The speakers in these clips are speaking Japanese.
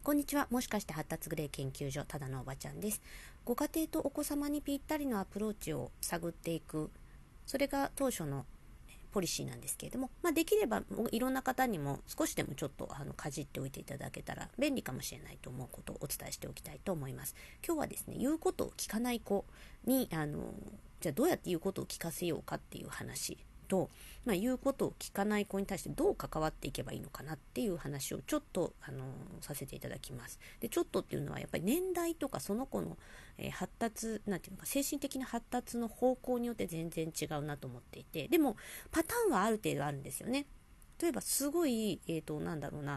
こんにちは。もしかして発達グレー研究所ただのおばちゃんです。ご家庭とお子様にぴったりのアプローチを探っていく、それが当初のポリシーなんですけれども、できればいろんな方にも少しでもちょっとかじっておいていただけたら便利かもしれないと思うことをお伝えしておきたいと思います。今日はですね、言うことを聞かない子にじゃあどうやって言うことを聞かせようかっていう話と、言うことを聞かない子に対してどう関わっていけばいいのかなっていう話をちょっとさせていただきます。で、ちょっとっていうのはやっぱり年代とかその子の、発達なんていうのか、精神的な発達の方向によって全然違うなと思っていて、でもパターンはある程度あるんですよね。例えばすごいなんだろうな、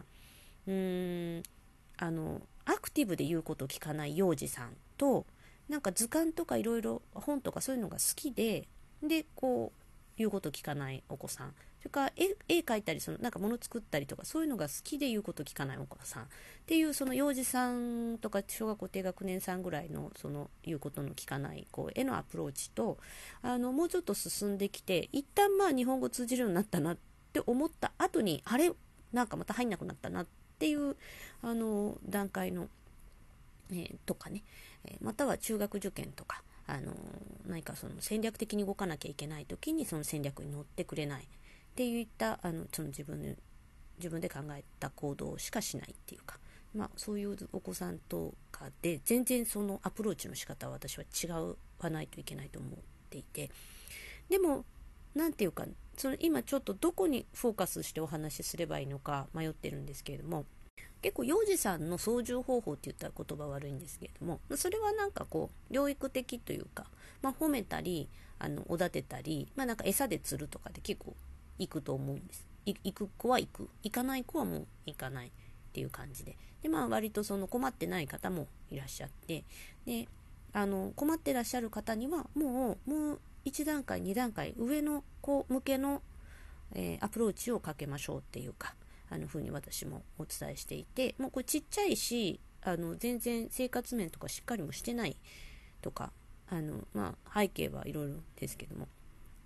アクティブで言うことを聞かない幼児さんと、なんか図鑑とかいろいろ本とかそういうのが好きでこう言うこと聞かないお子さん、それから絵描いたりなんか物作ったりとかそういうのが好きで言うこと聞かないお子さんっていう、その幼児さんとか小学校低学年さんぐらいのその言うことの聞かない子へのアプローチと、もうちょっと進んできて一旦日本語通じるようになったなって思った後にあれなんかまた入んなくなったなっていう段階の、とかね、または中学受験とか何かその戦略的に動かなきゃいけない時にその戦略に乗ってくれないっていったその自分で考えた行動しかしないっていうか、そういうお子さんとかで全然そのアプローチの仕方は私は違わないといけないと思っていて、でもなんていうか、その今ちょっとどこにフォーカスしてお話しすればいいのか迷ってるんですけれども、結構幼児さんの操縦方法って言ったら言葉悪いんですけれども、それはなんかこう療育的というか、褒めたりおだてたり、なんか餌で釣るとかで結構行くと思うんです。行く子は行く、行かない子はもう行かないっていう感じで、割とその困ってない方もいらっしゃって、で困ってらっしゃる方にはもう1段階2段階上の子向けの、アプローチをかけましょうっていうか、ふうに私もお伝えしていて、もうこれちっちゃいし全然生活面とかしっかりもしてないとか背景はいろいろですけども、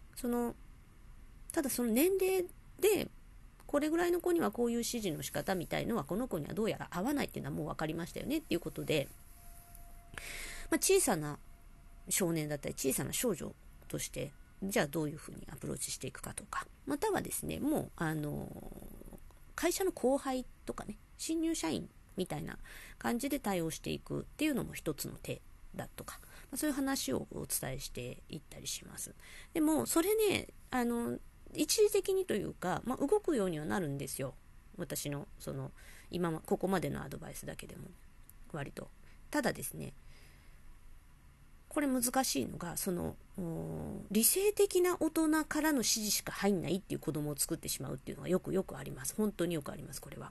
ただその年齢でこれぐらいの子にはこういう指示の仕方みたいのはこの子にはどうやら合わないっていうのはもう分かりましたよねっていうことで、小さな少年だったり小さな少女としてじゃあどういうふうにアプローチしていくかとか、またはですね、もう会社の後輩とかね、新入社員みたいな感じで対応していくっていうのも一つの手だとか、そういう話をお伝えしていったりします。でもそれね、一時的にというか、動くようにはなるんですよ。私のここまでのアドバイスだけでも割と。ただですね、これ難しいのが、理性的な大人からの指示しか入んないっていう子供を作ってしまうっていうのがよくあります。本当によくあります。これは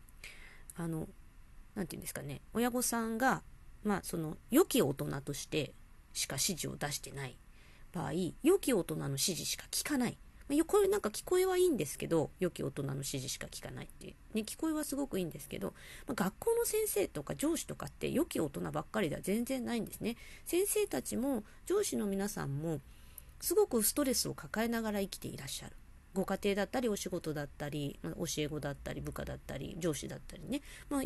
なんていうんですかね、親御さんが良き大人としてしか指示を出してない場合、良き大人の指示しか聞かない。これなんか聞こえはいいんですけど、良き大人の指示しか聞かないっていう、ね、聞こえはすごくいいんですけど、学校の先生とか上司とかって良き大人ばっかりでは全然ないんですね。先生たちも上司の皆さんもすごくストレスを抱えながら生きていらっしゃる。ご家庭だったりお仕事だったり、教え子だったり部下だったり上司だったりね、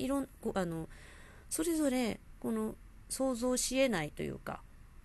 それぞれこの想像しえないというか、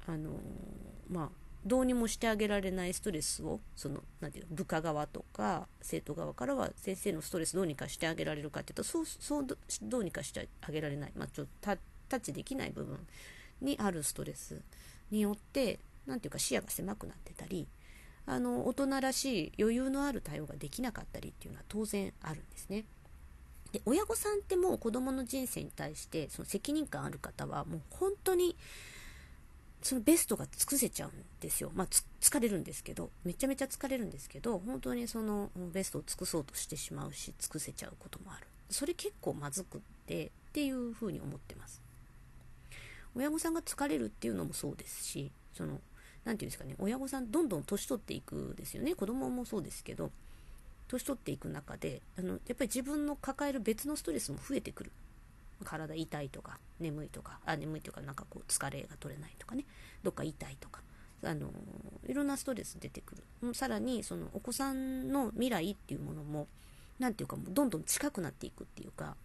どうにもしてあげられないストレスをなんていうの、部下側とか生徒側からは先生のストレスどうにかしてあげられるかっていうと、そうどうにかしてあげられない、ちょっとタッチできない部分にあるストレスによってなんていうか視野が狭くなってたり、大人らしい余裕のある対応ができなかったりっていうのは当然あるんですね。で、親御さんってもう子供の人生に対してその責任感ある方はもう本当にそのベストが尽くせちゃうんですよ。疲れるんですけど、めちゃめちゃ疲れるんですけど、本当にそのベストを尽くそうとしてしまうし、尽くせちゃうこともある。それ結構まずくっていうふうに思ってます。親御さんが疲れるっていうのもそうですし、なんていうんですかね、親御さんどんどん年取っていくですよね。子供もそうですけど、年取っていく中でやっぱり自分の抱える別のストレスも増えてくる。体痛いとか眠いとか眠いとかなんかこう疲れが取れないとかね、どっか痛いとかいろんなストレス出てくる。さらにそのお子さんの未来っていうものもなんていうかもうどんどん近くなっていくっていうか、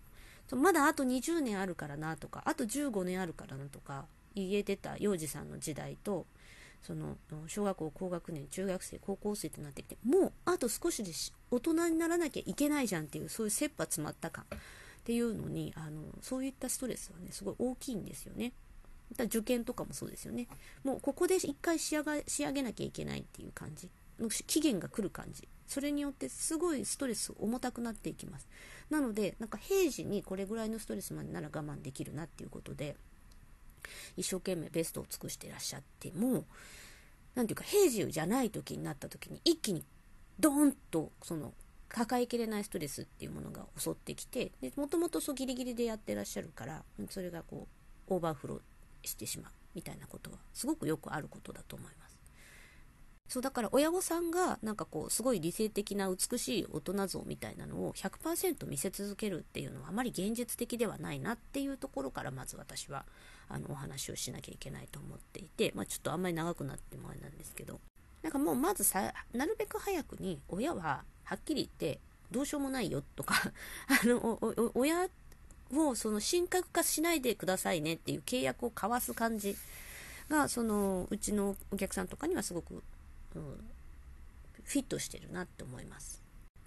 まだあと20年あるからなとか、あと15年あるからなとか言えてた幼児さんの時代と、その小学校高学年、中学生、高校生となってきて、もうあと少しで大人にならなきゃいけないじゃんっていう、そういう切羽詰まった感っていうのに、そういったストレスはねすごい大きいんですよね。受験とかもそうですよね。もうここで一回仕上げなきゃいけないっていう感じ、期限が来る感じ、それによってすごいストレス重たくなっていきます。なのでなんか平時にこれぐらいのストレスまでなら我慢できるなっていうことで、一生懸命ベストを尽くしていらっしゃっても、なんていうか平時じゃない時になった時に一気にドーンとその抱えきれないストレスっていうものが襲ってきて、もともとギリギリでやってらっしゃるから、それがこうオーバーフローしてしまうみたいなことはすごくよくあることだと思います。そうだから親御さんがなんかこうすごい理性的な美しい大人像みたいなのを 100% 見せ続けるっていうのはあまり現実的ではないなっていうところから、まず私はお話をしなきゃいけないと思っていて、ちょっとあんまり長くなってもあれなんですけど、なんかもうまずなるべく早くに親ははっきり言ってどうしようもないよとか親をその神格化しないでくださいねっていう契約を交わす感じが、うちのお客さんとかにはすごくフィットしてるなって思います。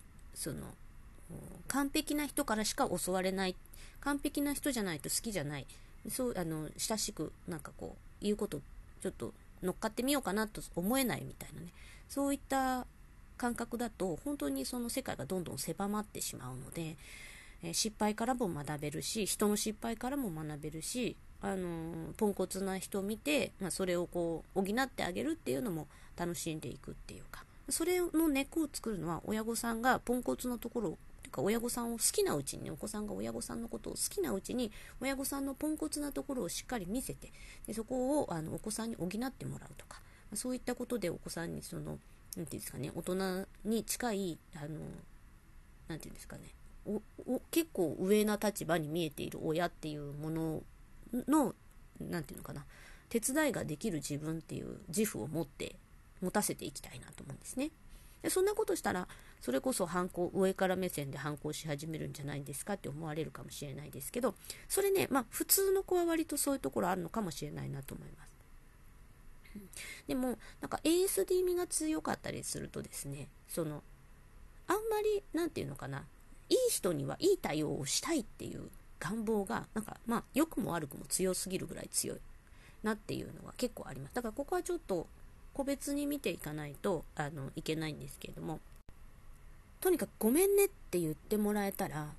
完璧な人からしか教われない、完璧な人じゃないと好きじゃない、そう親しくなんかこう言うことちょっと乗っかってみようかなと思えないみたいなね、そういった感覚だと本当にその世界がどんどん狭まってしまうので、失敗からも学べるし、人の失敗からも学べるし、ポンコツな人を見て、それをこう補ってあげるっていうのも楽しんでいくっていうか、それの根っこを作るのは親御さんがポンコツのところというか、親御さんを好きなうちに、お子さんが親御さんのことを好きなうちに親御さんのポンコツなところをしっかり見せて、でそこをお子さんに補ってもらうとか、そういったことでお子さんになんていうんですかね、大人に近いなんていうんですかね、結構上な立場に見えている親っていうものの、なんていうのかな、手伝いができる自分っていう自負を持たせていきたいなと思うんですね。でそんなことしたらそれこそ上から目線で反抗し始めるんじゃないですかって思われるかもしれないですけど、それね、普通の子は割とそういうところあるのかもしれないなと思います。でもなんか ASD 味が強かったりするとですね、あんまりなんていうのかな、いい人にはいい対応をしたいっていう願望がなんか良くも悪くも強すぎるぐらい強いなっていうのが結構あります。だからここはちょっと個別に見ていかないといけないんですけれども、とにかくごめんねって言ってもらえたら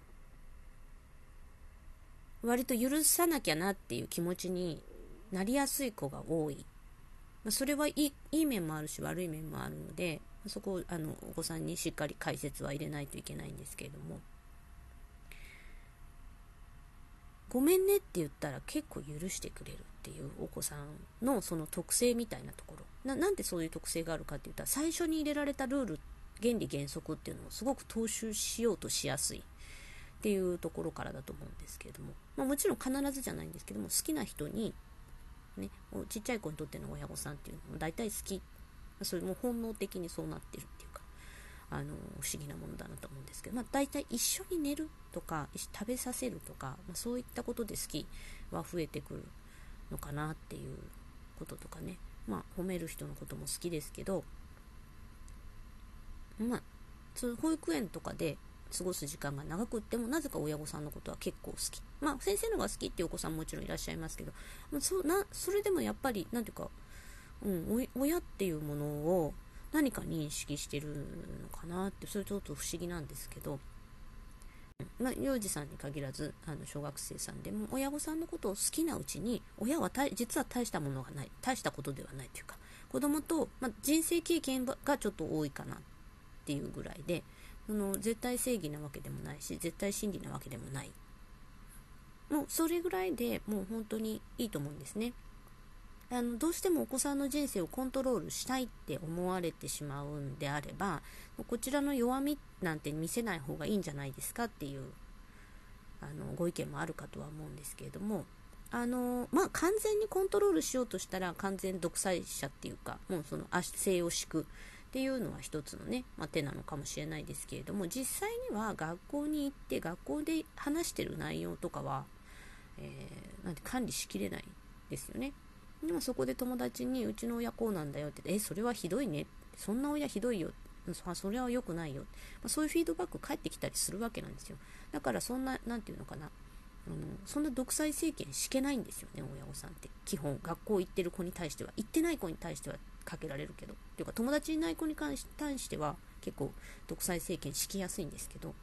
割と許さなきゃなっていう気持ちになりやすい子が多い。それはいい面もあるし悪い面もあるので、そこをお子さんにしっかり解説は入れないといけないんですけれども、ごめんねって言ったら結構許してくれるっていうお子さんのその特性みたいなところ、なんでそういう特性があるかって言ったら、最初に入れられたルール、原理原則っていうのをすごく踏襲しようとしやすいっていうところからだと思うんですけれども、もちろん必ずじゃないんですけども、好きな人にね、ちっちゃい子にとっての親御さんっていうのも大体好き、それも本能的にそうなってるっていうか、不思議なものだなと思うんですけど、大体一緒に寝るとか食べさせるとか、そういったことで好きは増えてくるのかなっていうこととかね、褒める人のことも好きですけど、その保育園とかで過ごす時間が長くってもなぜか親御さんのことは結構好き、先生のが好きっていうお子さんももちろんいらっしゃいますけど、それでもやっぱりなんていうか、親っていうものを何か認識してるのかなって、それちょっと不思議なんですけど、幼児さんに限らず小学生さんでも親御さんのことを好きなうちに、親は実は大したものがない、大したことではないというか、子供と、人生経験がちょっと多いかなっていうぐらいで、絶対正義なわけでもないし絶対真理なわけでもない、もうそれぐらいでもう本当にいいと思うんですね。どうしてもお子さんの人生をコントロールしたいって思われてしまうんであれば、こちらの弱みなんて見せない方がいいんじゃないですかっていうご意見もあるかとは思うんですけれども、完全にコントロールしようとしたら完全独裁者っていうか、もうその性を敷くっていうのは一つのね、手なのかもしれないですけれども、実際には学校に行って学校で話してる内容とかは、なんて管理しきれないですよね。でもそこで友達にうちの親こうなんだよって、それはひどいね、そんな親ひどいよ、それは良くないよ、そういうフィードバック返ってきたりするわけなんですよ。だからそんな、なんていうのかな、そんな独裁政権敷けないんですよね、親御さんって。基本学校行ってる子に対しては、行ってない子に対してはかけられるけど、っていうか友達いない子に対しては結構独裁政権敷きやすいんですけど、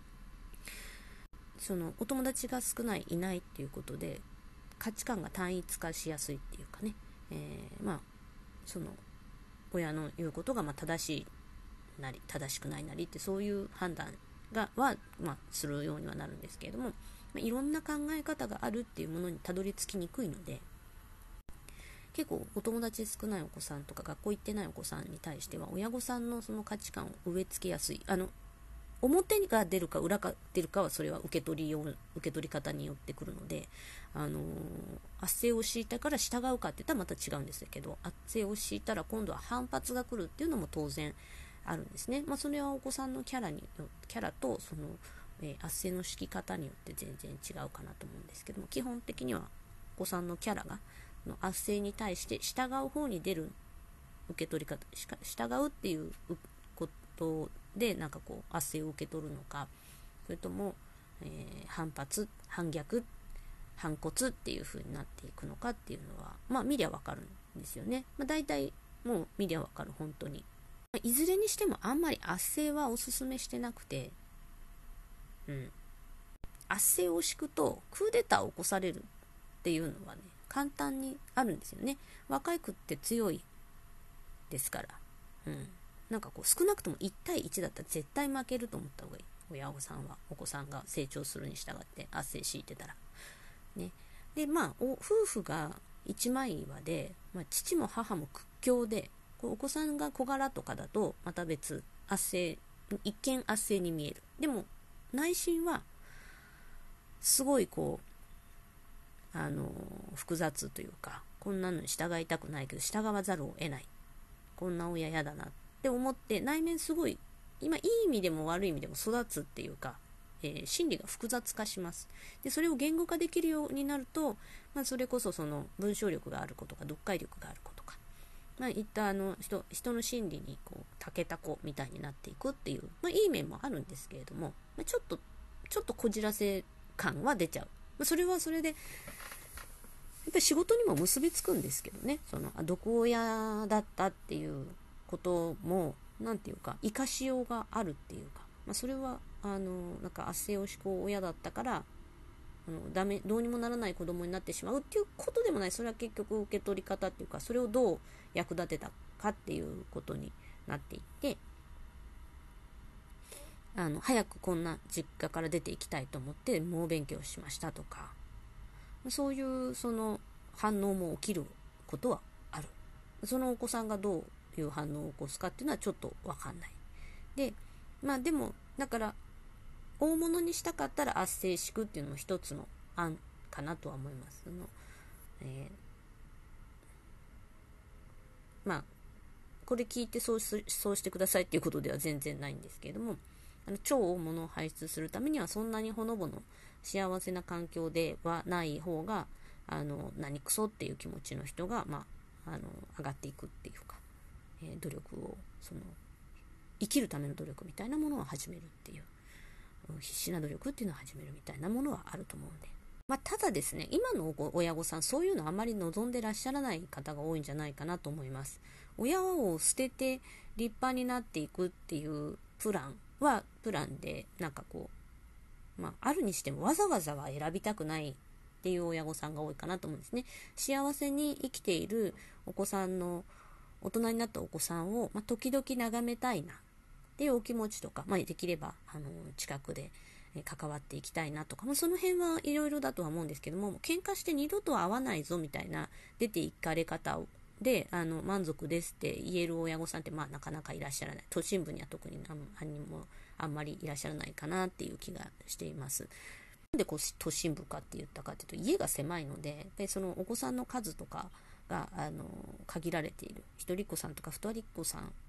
そのお友達が少ないいないっていうことで価値観が単一化しやすいっていうかね、その親の言うことが正しいなり正しくないなりって、そういう判断はするようにはなるんですけれども、いろんな考え方があるっていうものにたどり着きにくいので、結構お友達少ないお子さんとか学校行ってないお子さんに対しては親御さんのその価値観を植え付けやすい。表が出るか裏が出るかはそれは受け取り方によってくるので、圧政を敷いたから従うかって言ったらまた違うんですけど、圧政を敷いたら今度は反発が来るっていうのも当然あるんですね。それはお子さんのキャラとその、圧政の敷き方によって全然違うかなと思うんですけども、基本的にはお子さんのキャラが圧政に対して従う方に出る受け取り方、従うっていうことでなんかこう圧政を受け取るのか、それとも、反発、反逆、反骨っていう風になっていくのかっていうのは見りゃわかるんですよね。大体もう見りゃわかる、本当に。いずれにしてもあんまり圧政はおすすめしてなくて、圧政を敷くとクーデターを起こされるっていうのはね、簡単にあるんですよね。若い子って強いですから、なんかこう少なくとも1対1だったら絶対負けると思った方がいい。親御さんはお子さんが成長するに従って圧政敷いてたらね。で夫婦が一枚岩で、父も母も屈強で、お子さんが小柄とかだとまた別、一見圧政に見える。でも内心はすごいこう複雑というか、こんなのに従いたくないけど従わざるを得ない、こんな親嫌だなって思って、内面すごいいい意味でも悪い意味でも育つっていうか、心理が複雑化します。でそれを言語化できるようになると、それこそその文章力がある子とか読解力がある子とか、いった人の心理にこう長けた子みたいになっていくっていう、いい面もあるんですけれども、ちょっとこじらせ感は出ちゃう。それはそれでやっぱり仕事にも結びつくんですけどね。その毒親だったっていうこともなんていうか生かしようがあるっていうか、それはなんか圧政を敷く親だったからどうにもならない子供になってしまうっていうことでもない。それは結局受け取り方っていうか、それをどう役立てたかっていうことになっていって、早くこんな実家から出ていきたいと思って猛勉強しましたとか、そういうその反応も起きることはある。そのお子さんがどういう反応を起こすかっていうのはちょっとわかんない。で、でもだから大物にしたかったら圧政敷くっていうのも一つの案かなとは思います。これ聞いてそうしてくださいっていうことでは全然ないんですけれども、超大物を輩出するためにはそんなにほのぼの幸せな環境ではない方が何クソっていう気持ちの人が、上がっていくっていうか、努力を生きるための努力みたいなものを始めるっていう、必死な努力っていうのを始めるみたいなものはあると思うんで、ただですね、今の親御さんそういうのあまり望んでらっしゃらない方が多いんじゃないかなと思います。親を捨てて立派になっていくっていうプランはプランで、なんかこうあるにしてもわざわざは選びたくないっていう親御さんが多いかなと思うんですね。幸せに生きているお子さんの、大人になったお子さんを、時々眺めたいなっていうお気持ちとか、できれば近くで関わっていきたいなとか、その辺はいろいろだとは思うんですけども、喧嘩して二度と会わないぞみたいな出ていかれ方で満足ですって言える親御さんってなかなかいらっしゃらない。都心部には特にあんまりいらっしゃらないかなっていう気がしています。なんで都心部かって言ったかっていうと、家が狭いので、そのお子さんの数とかが限られている。一人っ子さんとか二人っ子さん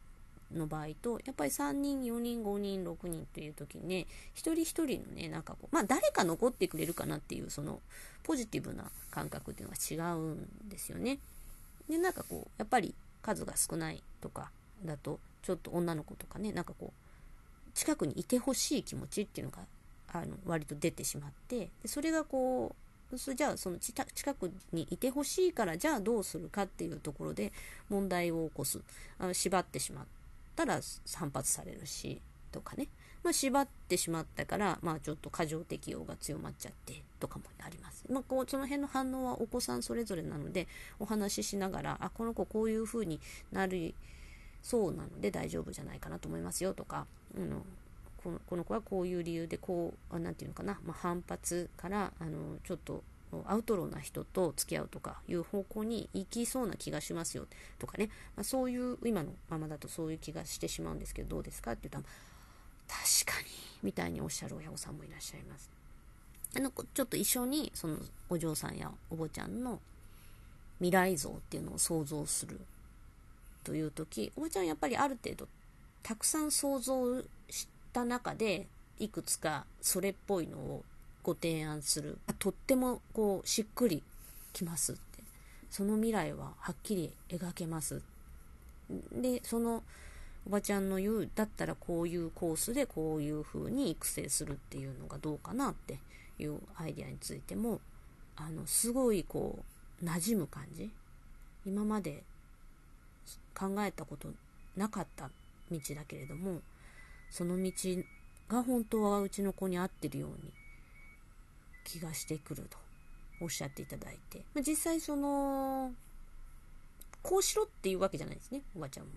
の場合と、やっぱり3人4人5人6人という時にね、一人一人のね、なんかこう誰か残ってくれるかなっていう、そのポジティブな感覚っていうのが違うんですよね。でなんかこうやっぱり数が少ないとかだと、ちょっと女の子とかね、なんかこう近くにいてほしい気持ちっていうのが割と出てしまって、でそれがこうじゃあその近くにいてほしいから、じゃあどうするかっていうところで問題を起こす。縛ってしまったら反発されるしとかね、縛ってしまったから、ちょっと過剰適応が強まっちゃってとかもあります。こうその辺の反応はお子さんそれぞれなので、お話ししながら、この子こういう風になるそうなので大丈夫じゃないかなと思いますよとか、この子はこういう理由でこうなんていうのかな、反発からちょっとアウトローな人と付き合うとかいう方向に行きそうな気がしますよとかね、そういう今のままだとそういう気がしてしまうんですけど、どうですかって言ったら、確かにみたいにおっしゃる親御さんもいらっしゃいます。ちょっと一緒にそのお嬢さんやお坊ちゃんの未来像っていうのを想像するという時、おばちゃんやっぱりある程度たくさん想像した中で、いくつかそれっぽいのをご提案する。とってもこうしっくりきますって、その未来ははっきり描けます。でそのおばちゃんの言う、だったらこういうコースでこういう風に育成するっていうのがどうかなっていうアイデアについてもすごいこう馴染む感じ。今まで考えたことなかった道だけれども、その道が本当はうちの子に合ってるように気がしてくるとおっしゃっていただいて、実際そのこうしろっていうわけじゃないですね、おばちゃんも。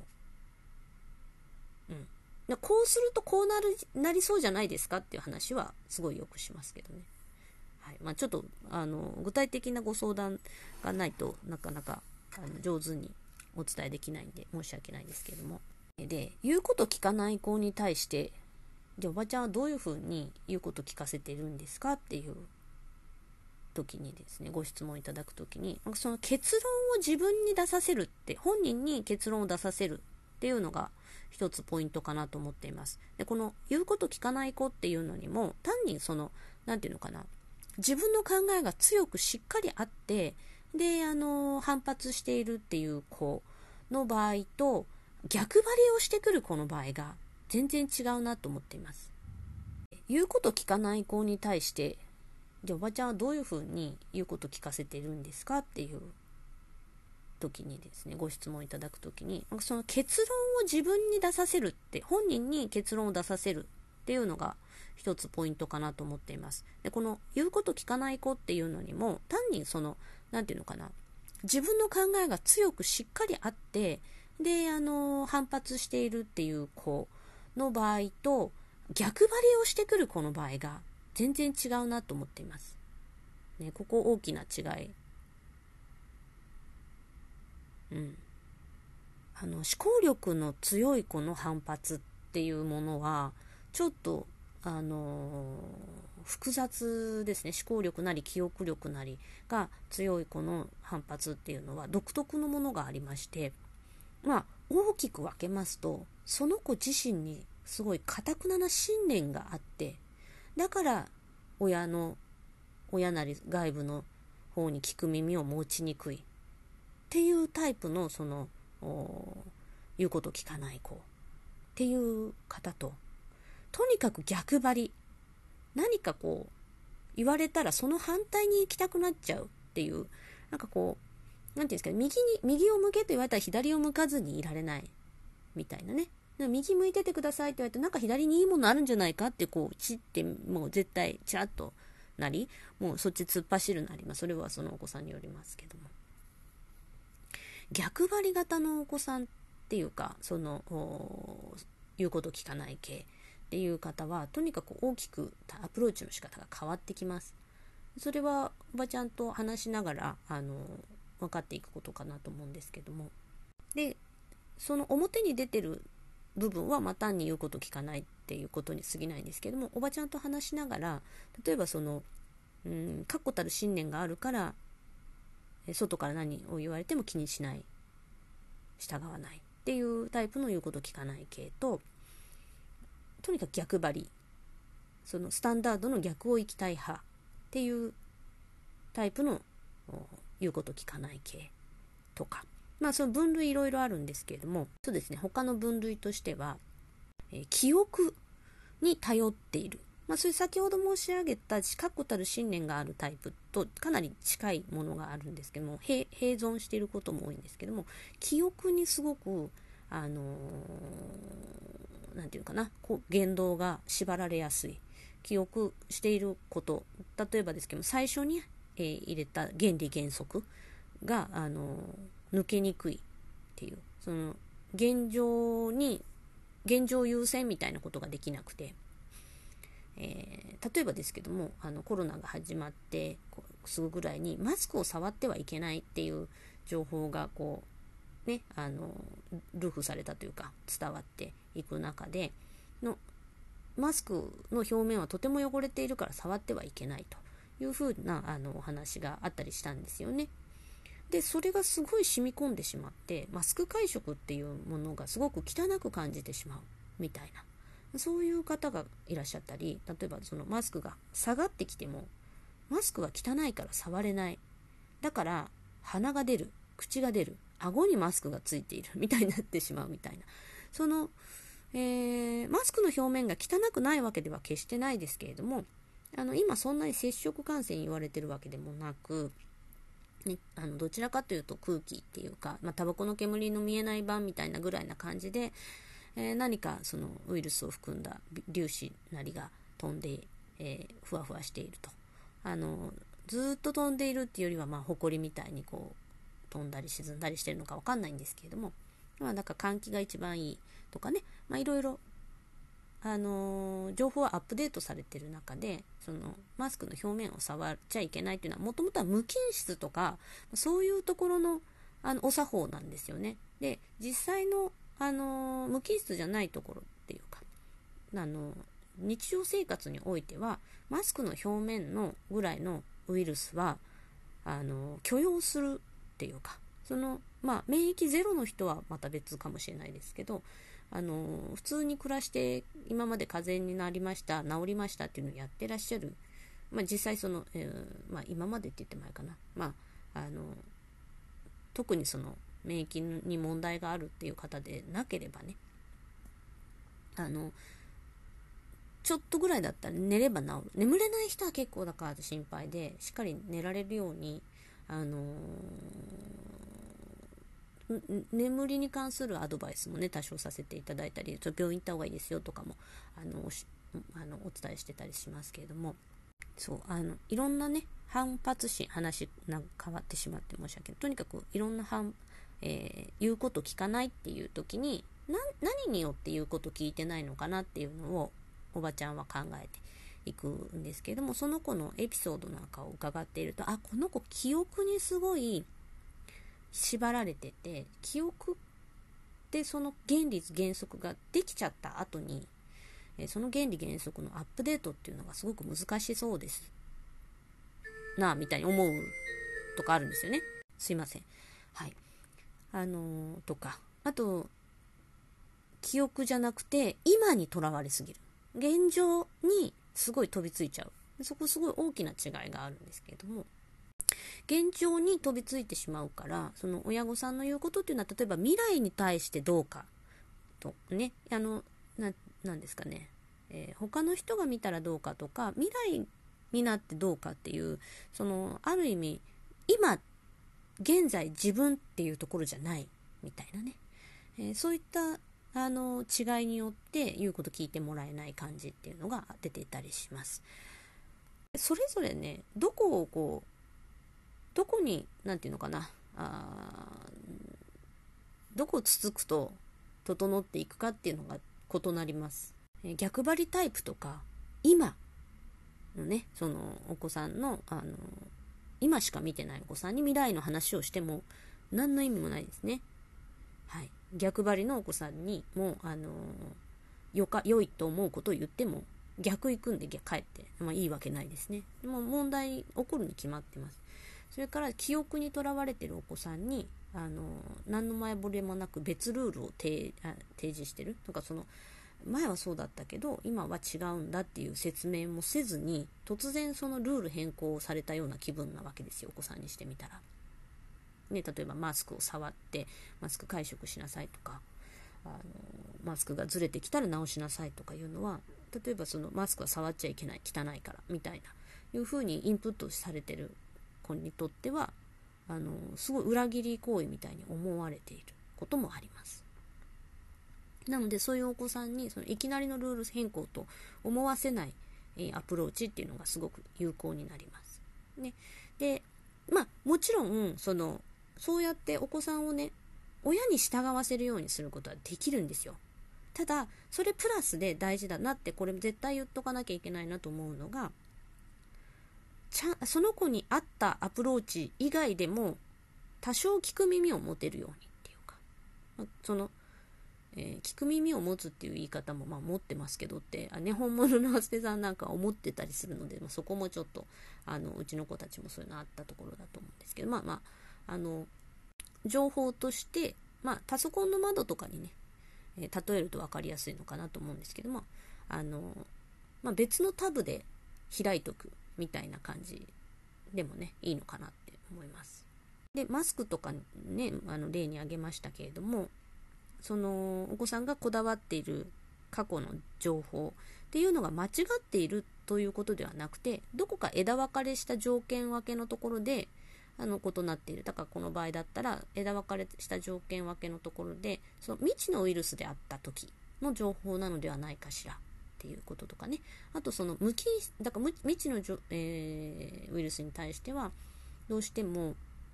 こうするとこうなりそうじゃないですかっていう話はすごいよくしますけどね。はい、ちょっと具体的なご相談がないとなかなか上手にお伝えできないんで申し訳ないですけども。で、言うこと聞かない子に対して、じゃあおばちゃんはどういうふうに言うこと聞かせてるんですかっていう時にですね、ご質問いただく時に、その結論を自分に出させるって、本人に結論を出させるっていうのが一つポイントかなと思っています。で、この言うこと聞かない子っていうのにも、単にそのなんていうのかな、自分の考えが強くしっかりあって、で反発しているっていう子の場合と、逆張りをしてくる子の場合が全然違うなと思っています。言うこと聞かない子に対して、じゃあおばちゃんはどういうふうに言うこと聞かせてるんですかっていう時にですね、ご質問いただく時に、その結論を自分に出させるって、本人に結論を出させるっていうのが一つポイントかなと思っています。で、この言うこと聞かない子っていうのにも、単にそのなんていうのかな、自分の考えが強くしっかりあって、で反発しているっていう子の場合と、逆張りをしてくる子の場合が全然違うなと思っています。ね、ここ大きな違い。思考力の強い子の反発っていうものはちょっと複雑ですね。思考力なり記憶力なりが強い子の反発っていうのは独特のものがありまして、大きく分けますと、その子自身にすごい堅くなな信念があって、だから親なり外部の方に聞く耳を持ちにくいっていうタイプのその言うこと聞かない子っていう方と、とにかく逆張り、何かこう言われたらその反対に行きたくなっちゃうっていう、なんかこうなんていうんですか、右を向けと言われたら左を向かずにいられないみたいなね。右向いててくださいって言われて、なんか左にいいものあるんじゃないかってこうチってもう絶対チラッとなり、もうそっち突っ走るなり、それはそのお子さんによりますけども、逆張り型のお子さんっていうか、その言うこと聞かない系っていう方は、とにかく大きくアプローチの仕方が変わってきます。それはおばちゃんと話しながら分かっていくことかなと思うんですけども、でその表に出てる部分は単に言うこと聞かないっていうことに過ぎないんですけども、おばちゃんと話しながら、例えばその確固たる信念があるから外から何を言われても気にしない、従わない、 っていうタイプの言うこと聞かない系と、とにかく逆張り、そのスタンダードの逆を行きたい派っていうタイプの言うこと聞かない系とか、その分類いろいろあるんですけれども、そうですね、他の分類としては、記憶に頼っている、それ先ほど申し上げた確固たる信念があるタイプとかなり近いものがあるんですけども、併存していることも多いんですけども、記憶にすごくなんていうかな、言動が縛られやすい、記憶していること、例えばですけども、最初に、入れた原理原則が抜けにくいっていう、その現状優先みたいなことができなくて、例えばですけども、コロナが始まってすぐぐらいにマスクを触ってはいけないっていう情報が流布されたというか伝わっていく中での、マスクの表面はとても汚れているから触ってはいけないというふうなお話があったりしたんですよね。でそれがすごい染み込んでしまって、マスク会食っていうものがすごく汚く感じてしまうみたいな、そういう方がいらっしゃったり、例えばそのマスクが下がってきても、マスクは汚いから触れない、だから鼻が出る、口が出る、顎にマスクがついているみたいになってしまうみたいな、その、マスクの表面が汚くないわけでは決してないですけれども、今そんなに接触感染言われてるわけでもなく、ね、どちらかというと空気っていうか、タバコの煙の見えない版みたいなぐらいな感じで、何かそのウイルスを含んだ粒子なりが飛んで、ふわふわしていると、ずっと飛んでいるっていうよりは、埃みたいにこう飛んだり沈んだりしてるのか分かんないんですけれども、だから換気が一番いいとかね、いろいろ情報はアップデートされている中で、そのマスクの表面を触っちゃいけないというのはもともとは無菌室とかそういうところのお作法なんですよね。で実際の無菌室じゃないところっていうか、日常生活においてはマスクの表面のぐらいのウイルスは許容するっていうか、その免疫ゼロの人はまた別かもしれないですけど、普通に暮らして今まで風邪になりました、治りましたっていうのをやってらっしゃる、実際その、今までって言ってもいいかな、特にその免疫に問題があるっていう方でなければね、ちょっとぐらいだったら寝れば治る。眠れない人は結構だから心配で、しっかり寝られるように眠りに関するアドバイスもね多少させていただいたり、病院行った方がいいですよとかもお伝えしてたりしますけれども、そういろんなね反発心、話が変わってしまって申し訳ない、とにかくいろんな言うこと聞かないっていう時に何によって言うこと聞いてないのかなっていうのをおばちゃんは考えていくんですけれども、その子のエピソードなんかを伺っていると、この子記憶にすごい縛られてて、記憶ってその原理原則ができちゃった後にその原理原則のアップデートっていうのがすごく難しそうですなみたいに思うとかあるんですよね。すいません。はいとか、あと記憶じゃなくて今にとらわれすぎる、現状にすごい飛びついちゃう、そこすごい大きな違いがあるんですけれども、現状に飛びついてしまうから、その親御さんの言うことっていうのは、例えば未来に対してどうかとね、なんですかね、他の人が見たらどうかとか、未来になってどうかっていう、そのある意味今現在自分っていうところじゃないみたいなね、そういった違いによって言うこと聞いてもらえない感じっていうのが出ていたりします。それぞれね、どこになんていうのかな、どこをつつくと整っていくかっていうのが異なります。逆張りタイプとか今のね、そのお子さんの今しか見てないお子さんに未来の話をしても何の意味もないですね。はい、逆張りのお子さんにも良いと思うことを言っても逆行くんで帰って、いいわけないですね。でも問題起こるに決まってます。 それから記憶にとらわれているお子さんに何の前触れもなく別ルールを提示してるとか、その前はそうだったけど今は違うんだっていう説明もせずに、突然そのルール変更をされたような気分なわけですよ、お子さんにしてみたら、ね、例えばマスクを触ってマスク会食しなさいとか、マスクがずれてきたら直しなさいとかいうのは、例えばそのマスクは触っちゃいけない、汚いからみたいないうふうにインプットされてる子にとってはすごい裏切り行為みたいに思われていることもあります。なのでそういうお子さんにそのいきなりのルール変更と思わせない、アプローチっていうのがすごく有効になります、ね。で、もちろんそうやってお子さんをね、親に従わせるようにすることはできるんですよ。ただそれプラスで大事だなって、これ絶対言っとかなきゃいけないなと思うのが、その子に合ったアプローチ以外でも多少聞く耳を持てるようにっていうか、聞く耳を持つっていう言い方も持ってますけどって本物のアステさんなんかは思ってたりするので、そこもちょっとうちの子たちもそういうのあったところだと思うんですけど、情報として、パソコンの窓とかにね、例えると分かりやすいのかなと思うんですけども、別のタブで開いとくみたいな感じでもね、いいのかなって思います。で、マスクとかね、例に挙げましたけれども、そのお子さんがこだわっている過去の情報っていうのが間違っているということではなくて、どこか枝分かれした条件分けのところで異なっている。だからこの場合だったら枝分かれした条件分けのところで、その未知のウイルスであった時の情報なのではないかしらっていうこととかね。あとそのだから未知のウイルスに対してはどうしても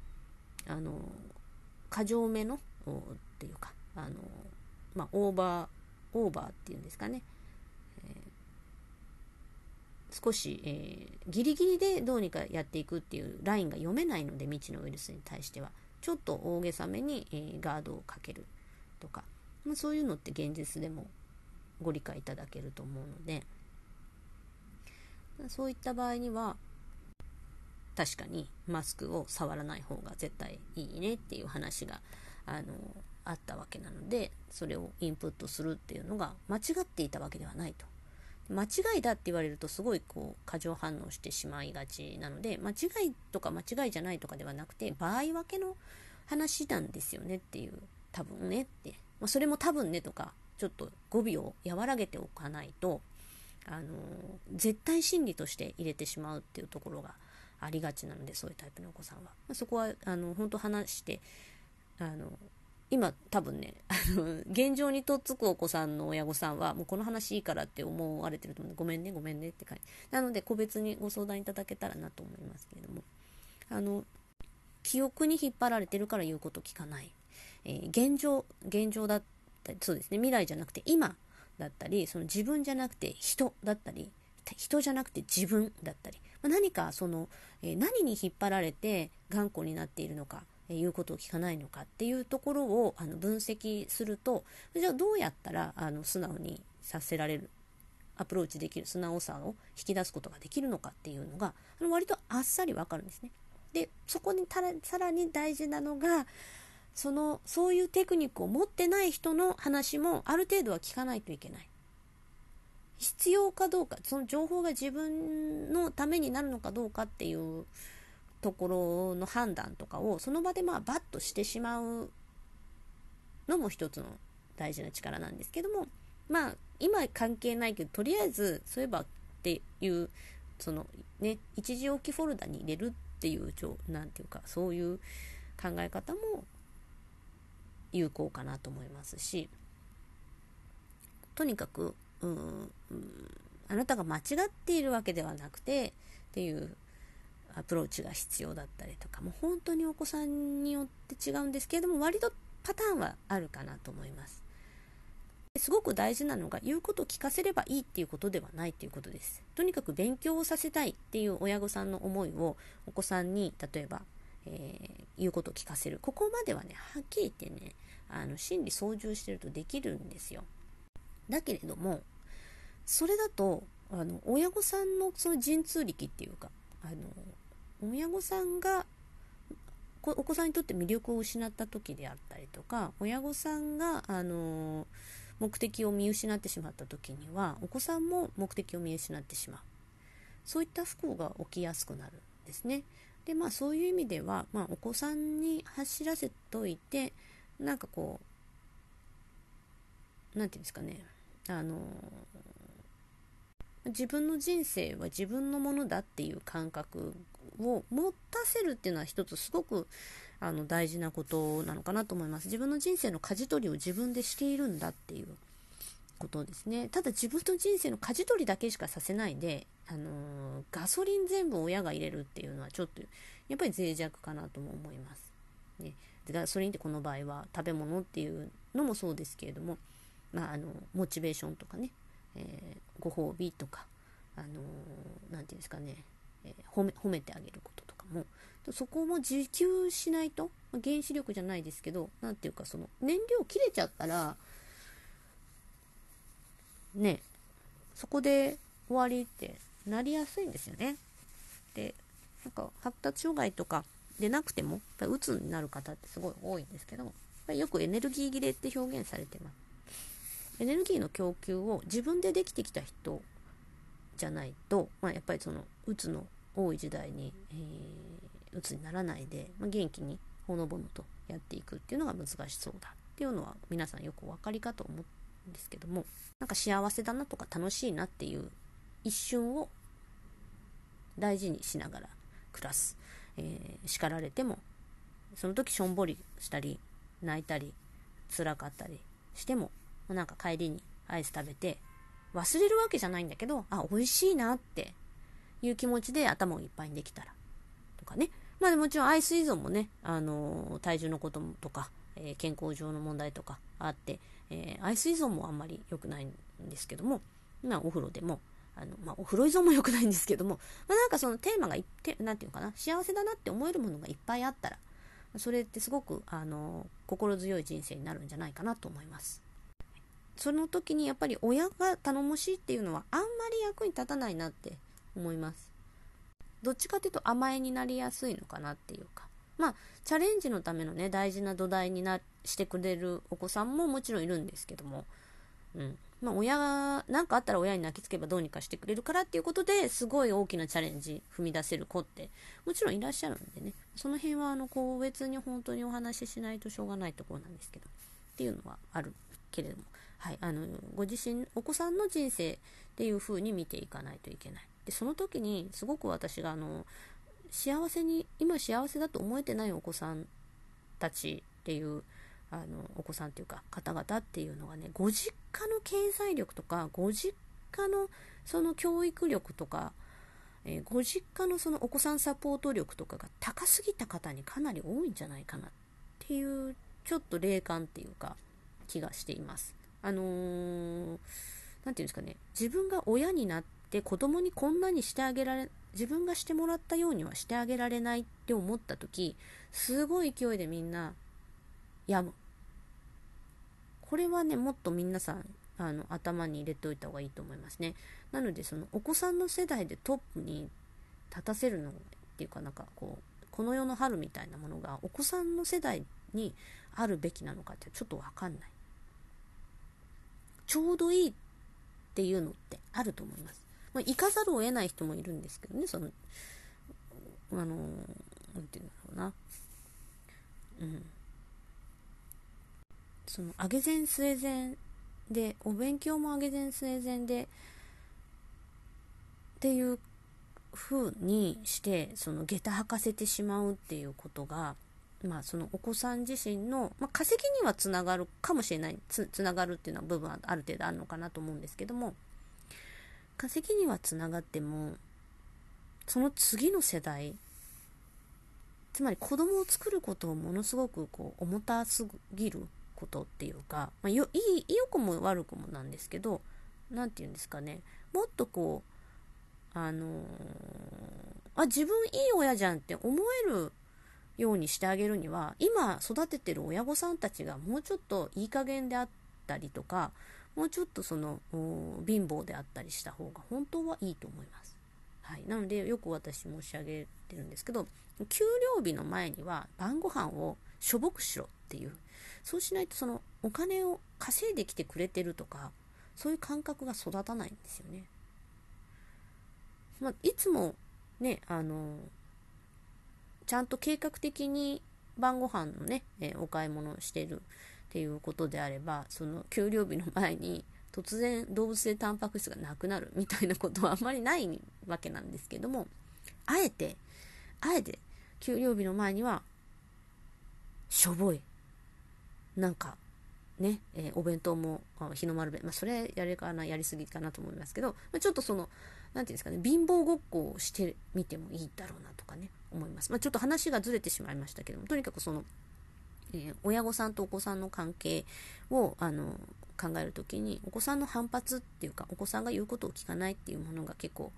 過剰めのっていうかオーバーっていうんですかね、少し、ギリギリでどうにかやっていくっていうラインが読めないので、未知のウイルスに対してはちょっと大げさめに、ガードをかけるとか、そういうのって現実でもご理解いただけると思うので、そういった場合には確かにマスクを触らない方が絶対いいねっていう話があったわけなので、それをインプットするっていうのが間違っていたわけではないと。間違いだって言われるとすごい過剰反応してしまいがちなので、間違いとか間違いじゃないとかではなくて、場合分けの話なんですよねっていう、多分ねって、それも多分ねとかちょっと語尾を和らげておかないと絶対真理として入れてしまうっていうところがありがちなので、そういうタイプのお子さんは、そこは本当話して今多分ね現状にとっつくお子さんの親御さんはもうこの話いいからって思われてると思うので、ごめんねって感じなので、個別にご相談いただけたらなと思いますけれども、記憶に引っ張られてるから言うこと聞かない、現状だったり、そうですね、未来じゃなくて今だったり、その自分じゃなくて人だったり、人じゃなくて自分だったり、何か何に引っ張られて頑固になっているのか、言うことを聞かないのかっていうところを分析すると、じゃあどうやったら素直にさせられる、アプローチできる素直さを引き出すことができるのかっていうのが割とあっさりわかるんですね。で、そこにさらに大事なのが、そういうテクニックを持ってない人の話もある程度は聞かないといけない。必要かどうか、その情報が自分のためになるのかどうかっていうところの判断とかをその場でバッとしてしまうのも一つの大事な力なんですけども、今関係ないけど、とりあえずそういえばっていう一時置きフォルダに入れるっていうなんていうか、そういう考え方も有効かなと思いますし、とにかくあなたが間違っているわけではなくてっていうアプローチが必要だったりとか、もう本当にお子さんによって違うんですけれども、割とパターンはあるかなと思います。すごく大事なのが、言うことを聞かせればいいっていうことではないということです。とにかく勉強をさせたいっていう親御さんの思いをお子さんに例えば、言うことを聞かせる、ここまではね、はっきり言ってね、心理操縦してるとできるんですよ。だけれども、それだと親御さんのその神通力っていうか、親御さんがお子さんにとって魅力を失った時であったりとか、親御さんが目的を見失ってしまった時にはお子さんも目的を見失ってしまう、そういった不幸が起きやすくなるんですね。でそういう意味では、お子さんに走らせといて、なんかこうなんていうんですかね、自分の人生は自分のものだっていう感覚を持たせるっていうのは一つすごく大事なことなのかなと思います。自分の人生の舵取りを自分でしているんだっていうことですね。ただ自分の人生の舵取りだけしかさせないで、ガソリン全部親が入れるっていうのはちょっとやっぱり脆弱かなとも思います、ね。ガソリンってこの場合は食べ物っていうのもそうですけれども、モチベーションとかね、ご褒美とか、なんていうんですかね、褒めてあげることとかも、そこも自給しないと、原子力じゃないですけど、なんていうかその燃料切れちゃったらね、そこで終わりってなりやすいんですよね。で、なんか発達障害とかでなくてもやっぱり鬱になる方ってすごい多いんですけど、やっぱりよくエネルギー切れって表現されてます。エネルギーの供給を自分でできてきた人じゃないと、やっぱりその鬱の多い時代に、鬱にならないで、元気にほのぼのとやっていくっていうのが難しそうだっていうのは皆さんよくお分かりかと思うんですけども、なんか幸せだなとか楽しいなっていう一瞬を大事にしながら暮らす、叱られてもその時しょんぼりしたり泣いたり辛かったりしても、なんか帰りにアイス食べて忘れるわけじゃないんだけど、美味しいなっていう気持ちで頭をいっぱいにできたらとかね。もちろんアイス依存もね、体重のこととか、健康上の問題とかあって、アイス依存もあんまり良くないんですけども、お風呂でもお風呂依存も良くないんですけども、なんかそのテーマがなんていうのかな、幸せだなって思えるものがいっぱいあったら、それってすごく心強い人生になるんじゃないかなと思います。その時にやっぱり親が頼もしいっていうのはあんまり役に立たないなって思います。どっちかというと甘えになりやすいのかなっていうか、チャレンジのためのね大事な土台にしてくれるお子さんももちろんいるんですけども、親が何かあったら親に泣きつけばどうにかしてくれるからっていうことですごい大きなチャレンジ踏み出せる子ってもちろんいらっしゃるんでね、その辺は個別に本当にお話ししないとしょうがないところなんですけどっていうのはあるけれども、ご自身お子さんの人生っていう風に見ていかないといけない。でその時にすごく私が今幸せだと思えてないお子さんたちっていうお子さんっていうか方々っていうのがね、ご実家の経済力とかご実家のその教育力とか、ご実家のそのお子さんサポート力とかが高すぎた方にかなり多いんじゃないかなっていうちょっと霊感っていうか気がしています。なんていうんですかね、自分が親になって子供にこんなにしてあげられ、自分がしてもらったようにはしてあげられないって思った時、すごい勢いでみんな病む。これはね、もっと皆さん頭に入れておいた方がいいと思いますね。なのでそのお子さんの世代でトップに立たせるのっていうか、なんかこの世の春みたいなものがお子さんの世代にあるべきなのかってちょっとわかんない。ちょうどいいっていうのってあると思います。行かざるを得ない人もいるんですけどね、そのなんていうんだろうな、その上げ前据え前でお勉強も上げ前据え前でっていう風にしてその下駄履かせてしまうっていうことが、そのお子さん自身の、稼ぎにはつながるかもしれない、つながるっていうのは部分はある程度あるのかなと思うんですけども、稼ぎにはつながってもその次の世代、つまり子供を作ることをものすごく重たすぎることっていうか、良くも悪くもなんですけど、なんていうんですかね、もっと自分いい親じゃんって思えるようにしてあげるには、今育ててる親御さんたちがもうちょっといい加減であったりとか、もうちょっと貧乏であったりした方が本当はいいと思います。 はい、なのでよく私申し上げてるんですけど、給料日の前には晩ご飯をしょぼくしろっていう、そうしないとそのお金を稼いできてくれてるとか、そういう感覚が育たないんですよね。いつもね、ちゃんと計画的に晩ご飯のね、お買い物をしているっていうことであれば、その給料日の前に突然動物性タンパク質がなくなるみたいなことはあんまりないわけなんですけども、あえて給料日の前にはしょぼいなんかね、お弁当も日の丸弁、それやりすぎかなと思いますけど、ちょっとそのなんていうんですかね、貧乏ごっこをしてみてもいいだろうなとかね思います。ちょっと話がずれてしまいましたけども、とにかくその、親御さんとお子さんの関係を考えるときに、お子さんの反発っていうか、お子さんが言うことを聞かないっていうものが結構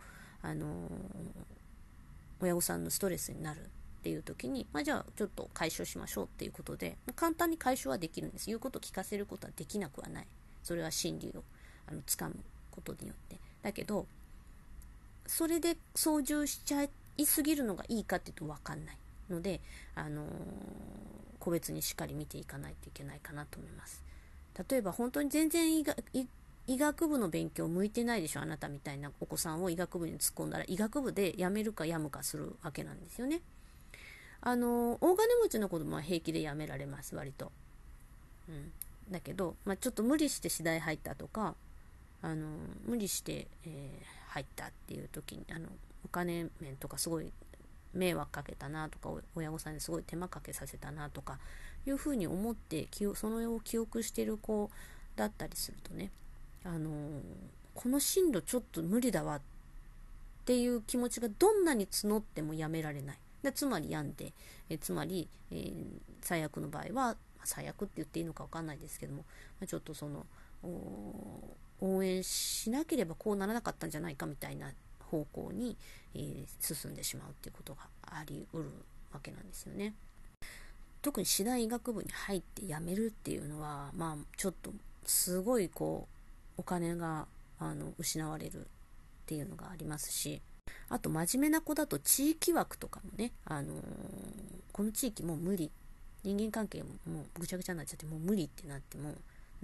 親御さんのストレスになるっていう時に、じゃあちょっと解消しましょうっていうことで、簡単に解消はできるんです。言うことを聞かせることはできなくはない。それは真理をつかむことによって。だけどそれで操縦しちゃいすぎるのがいいかっていうと分かんないので、個別にしっかり見ていかないといけないかなと思います。例えば本当に全然医学部の勉強向いてないでしょ、あなたみたいなお子さんを医学部に突っ込んだら、医学部で辞めるか辞むかするわけなんですよね。大金持ちの子供は平気で辞められます、割と。だけど、ちょっと無理して次第入ったとか、無理して、入ったっていう時にお金面とかすごい迷惑かけたなとか、親御さんにすごい手間かけさせたなとかいうふうに思ってそのを記憶している子だったりするとね、この進路ちょっと無理だわっていう気持ちがどんなに募ってもやめられない。つまり病んで、つまり、最悪の場合は、最悪って言っていいのか分かんないですけども、ちょっとその応援しなければこうならなかったんじゃないかみたいな方向に、進んでしまうっていうことがありうるわけなんですよね。特に私大医学部に入って辞めるっていうのは、ちょっとすごいお金が失われるっていうのがありますし、あと真面目な子だと地域枠とかもね、この地域もう無理、人間関係ももうぐちゃぐちゃになっちゃってもう無理ってなっても、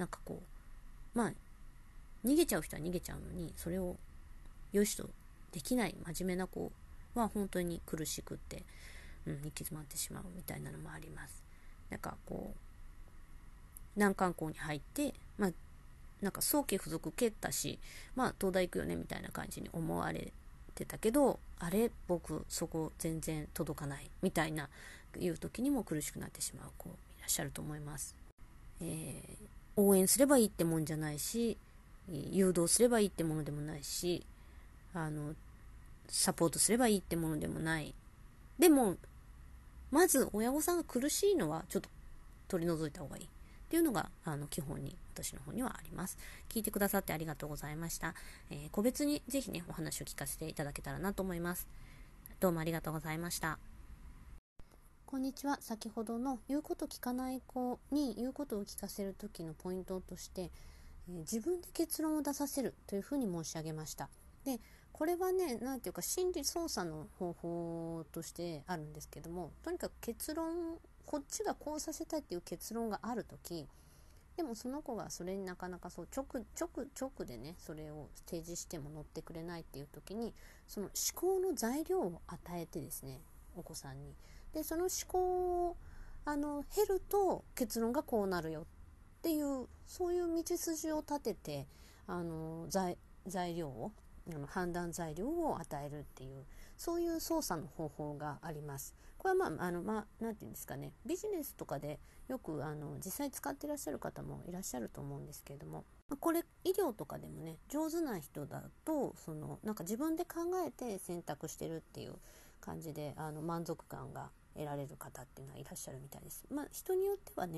逃げちゃう人は逃げちゃうのに、それをよしとできない真面目な子は本当に苦しくって、行き詰まってしまうみたいなのもあります。難関校に入って、早期付属蹴ったし、東大行くよねみたいな感じに思われてたけど、あれ僕そこ全然届かないみたいないう時にも苦しくなってしまう子いらっしゃると思います。応援すればいいってもんじゃないし、誘導すればいいってものでもないし、サポートすればいいってものでもない。でもまず親御さんが苦しいのはちょっと取り除いた方がいいっていうのが基本に私の方にはあります。聞いてくださってありがとうございました。個別にぜひねお話を聞かせていただけたらなと思います。どうもありがとうございました。こんにちは。先ほどの言うこと聞かない子に言うことを聞かせる時のポイントとして、自分で結論を出させるというふうに申し上げました。でこれはね、なんていうか心理操作の方法としてあるんですけども、とにかくこっちがこうさせたいっていう結論があるとき、でもその子がそれになかなか直でねそれを提示しても乗ってくれないっていう時に、その思考の材料を与えてですね、お子さんに、でその思考を経ると結論がこうなるよっていう、そういう道筋を立てて材料を判断材料を与えるっていう、そういう操作の方法があります。これはなんていうんですかね、ビジネスとかでよく実際使っていらっしゃる方もいらっしゃると思うんですけれども、これ医療とかでもね、上手な人だと自分で考えて選択してるっていう感じで満足感が得られる方っていうのはいらっしゃるみたいです。人によってはね、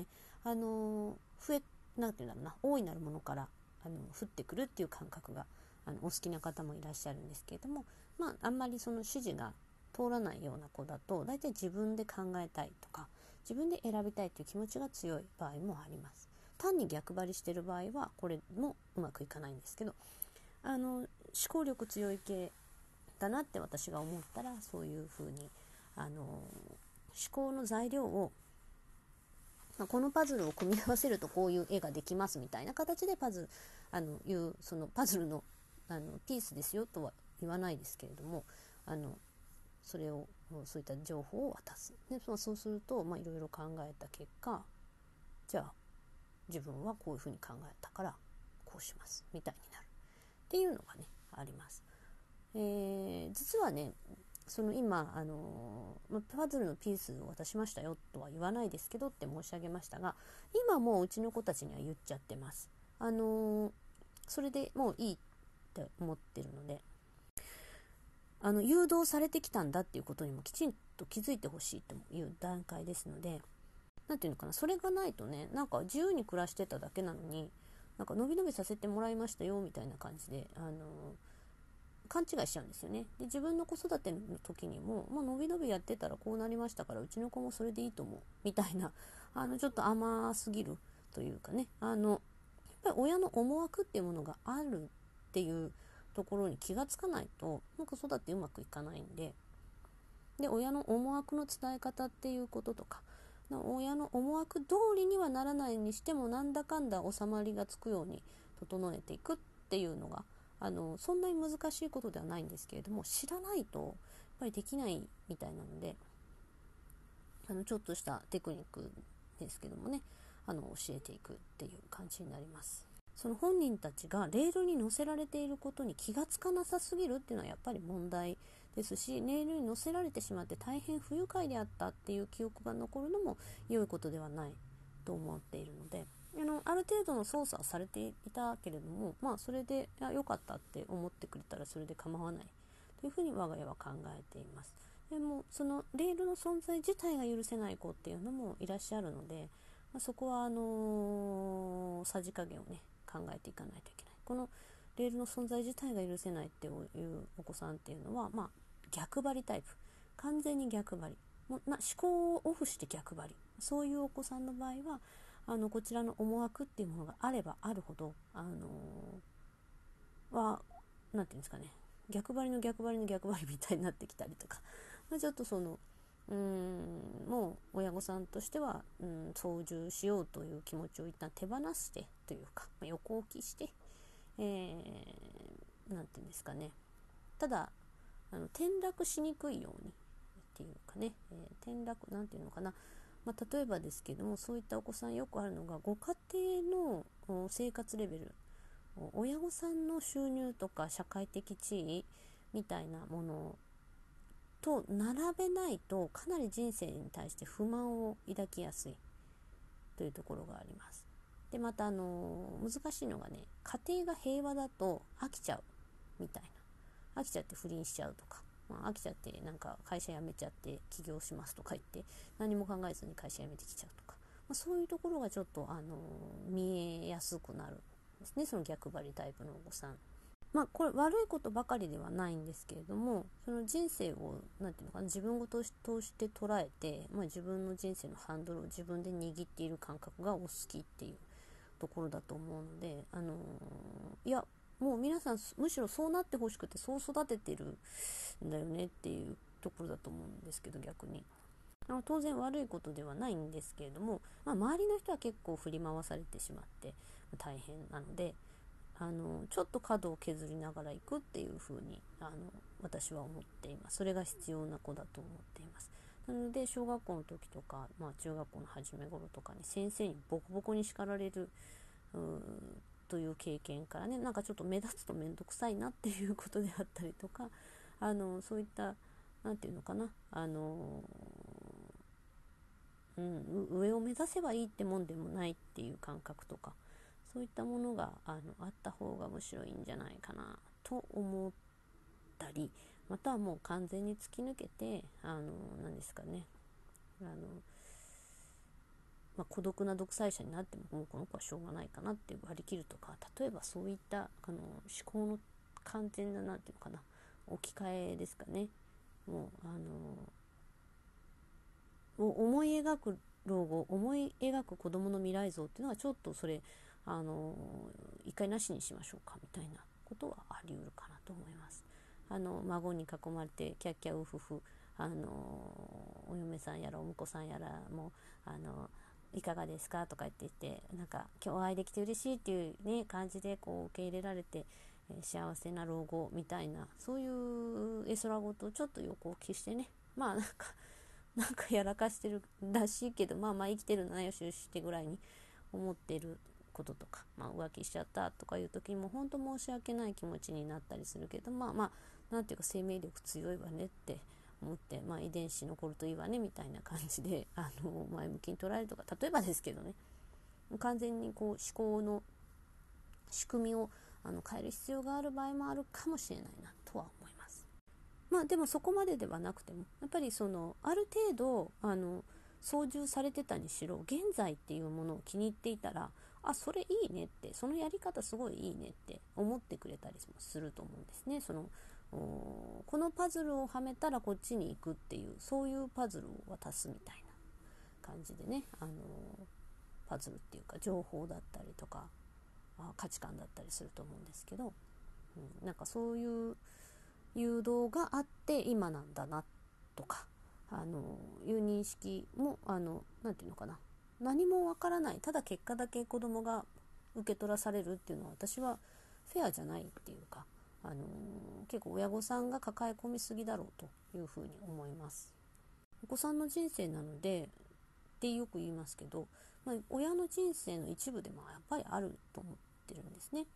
なんていうんだろうな、大いなるものから降ってくるっていう感覚がお好きな方もいらっしゃるんですけれども、あんまりその指示が通らないような子だと、大体自分で考えたいとか自分で選びたいという気持ちが強い場合もあります。単に逆張りしてる場合はこれもうまくいかないんですけど、思考力強い系だなって私が思ったら、そういうふうに思考の材料を、このパズルを組み合わせるとこういう絵ができますみたいな形でそのパズルのピースですよとは言わないですけれども、それをそういった情報を渡す。で、そうすると、いろいろ考えた結果、じゃあ自分はこういうふうに考えたからこうしますみたいになるっていうのがねあります。実はね、その今パズルのピースを渡しましたよとは言わないですけどって申し上げましたが、今もううちの子たちには言っちゃってます。それでもういいって思ってるので、誘導されてきたんだっていうことにもきちんと気づいてほしいという段階ですので、なんていうのかな、それがないとね、なんか自由に暮らしてただけなのに、なんかのびのびさせてもらいましたよみたいな感じで勘違いしちゃうんですよね。で、自分の子育ての時にも、のびのびやってたらこうなりましたから、うちの子もそれでいいと思うみたいな、ちょっと甘すぎるというかね、やっぱり親の思惑っていうものがあるっていうところに気がつかないと、子育てうまくいかないんで、親の思惑の伝え方っていうこととか、親の思惑通りにはならないにしても、なんだかんだ収まりがつくように整えていくっていうのが、そんなに難しいことではないんですけれども、知らないとやっぱりできないみたいなので、ちょっとしたテクニックですけどもね、教えていくっていう感じになります。その本人たちがレールに乗せられていることに気がつかなさすぎるっていうのはやっぱり問題ですし、レールに乗せられてしまって大変不愉快であったっていう記憶が残るのも良いことではないと思っているので、ある程度の操作はされていたけれども、それで良かったって思ってくれたらそれで構わないというふうに我が家は考えています。でもそのレールの存在自体が許せない子っていうのもいらっしゃるので、そこはさじ加減をね考えていかないといけない。このレールの存在自体が許せないっていうお子さんっていうのは、逆張りタイプ、完全に逆張り、思考をオフして逆張り、そういうお子さんの場合はこちらの思惑っていうものがあればあるほどなんていうんですかね、逆張りの逆張りの逆張りみたいになってきたりとか、ちょっともう親御さんとしては、操縦しようという気持ちを一旦手放してというか、横置きして、なんていうんですかね、ただ転落しにくいようにっていうかね、転落なんていうのかな、例えばですけども、そういったお子さんよくあるのが、ご家庭の生活レベル、親御さんの収入とか社会的地位みたいなものと並べないと、かなり人生に対して不満を抱きやすいというところがあります。で、また難しいのがね、家庭が平和だと飽きちゃうみたいな、飽きちゃって不倫しちゃうとか、飽きちゃってなんか会社辞めちゃって起業しますとか言って何も考えずに会社辞めてきちゃうとか、そういうところがちょっと見えやすくなるんですね、その逆張りタイプのお子さん。これ悪いことばかりではないんですけれども、その人生をなんていうのかな、自分ごととして捉えて、自分の人生のハンドルを自分で握っている感覚がお好きっていうところだと思うので、いやもう皆さんむしろそうなってほしくてそう育ててるんだよねっていうところだと思うんですけど、逆に当然悪いことではないんですけれども、周りの人は結構振り回されてしまって大変なので、ちょっと角を削りながら行くっていう風に私は思っています。それが必要な子だと思っています。なので小学校の時とか、中学校の初め頃とかに先生にボコボコに叱られるという経験からね、なんかちょっと目立つとめんどくさいなっていうことであったりとか、そういったなんていうのかな、上を目指せばいいってもんでもないっていう感覚とか、そういったものがあった方がむしろいいんじゃないかなと思ったり、またはもう完全に突き抜けて何ですかね、孤独な独裁者になってももうこの子はしょうがないかなって割り切るとか、例えばそういった思考の完全ななんていうのかな、置き換えですかね、もう思い描く老後、思い描く子供の未来像っていうのはちょっとそれ一回なしにしましょうかみたいなことはあり得るかなと思います。 孫に囲まれてキャッキャウフフお嫁さんやらお婿さんやらもいかがですかとか言ってなんか今日お会いできて嬉しいっていうね感じでこう受け入れられて、幸せな老後みたいなそういう絵空事をちょっと横置きしてね、まあなんかやらかしてるらしいけど、まあまあ生きてるなよしよしってぐらいに思ってることとか、まあ、浮気しちゃったとかいう時にも本当申し訳ない気持ちになったりするけど、まあまあなんていうか生命力強いわねって思って、まあ、遺伝子残るといいわねみたいな感じで前向きに捉えるとか、例えばですけどね、完全にこう思考の仕組みを変える必要がある場合もあるかもしれないなとは思います。まあでもそこまでではなくてもやっぱりある程度操縦されてたにしろ現在っていうものを気に入っていたら、あ、それいいねって、そのやり方すごいいいねって思ってくれたりもすると思うんですね。このパズルをはめたらこっちに行くっていう、そういうパズルを渡すみたいな感じでね、パズルっていうか情報だったりとか価値観だったりすると思うんですけど、なんかそういう誘導があって今なんだなとかいう認識もなんていうのかな、何もわからない、ただ結果だけ子供が受け取らされるっていうのは私はフェアじゃないっていうか、結構親御さんが抱え込みすぎだろうというふうに思います。お子さんの人生なのでってよく言いますけど、まあ、親の人生の一部でもやっぱりあると思ってるんですね。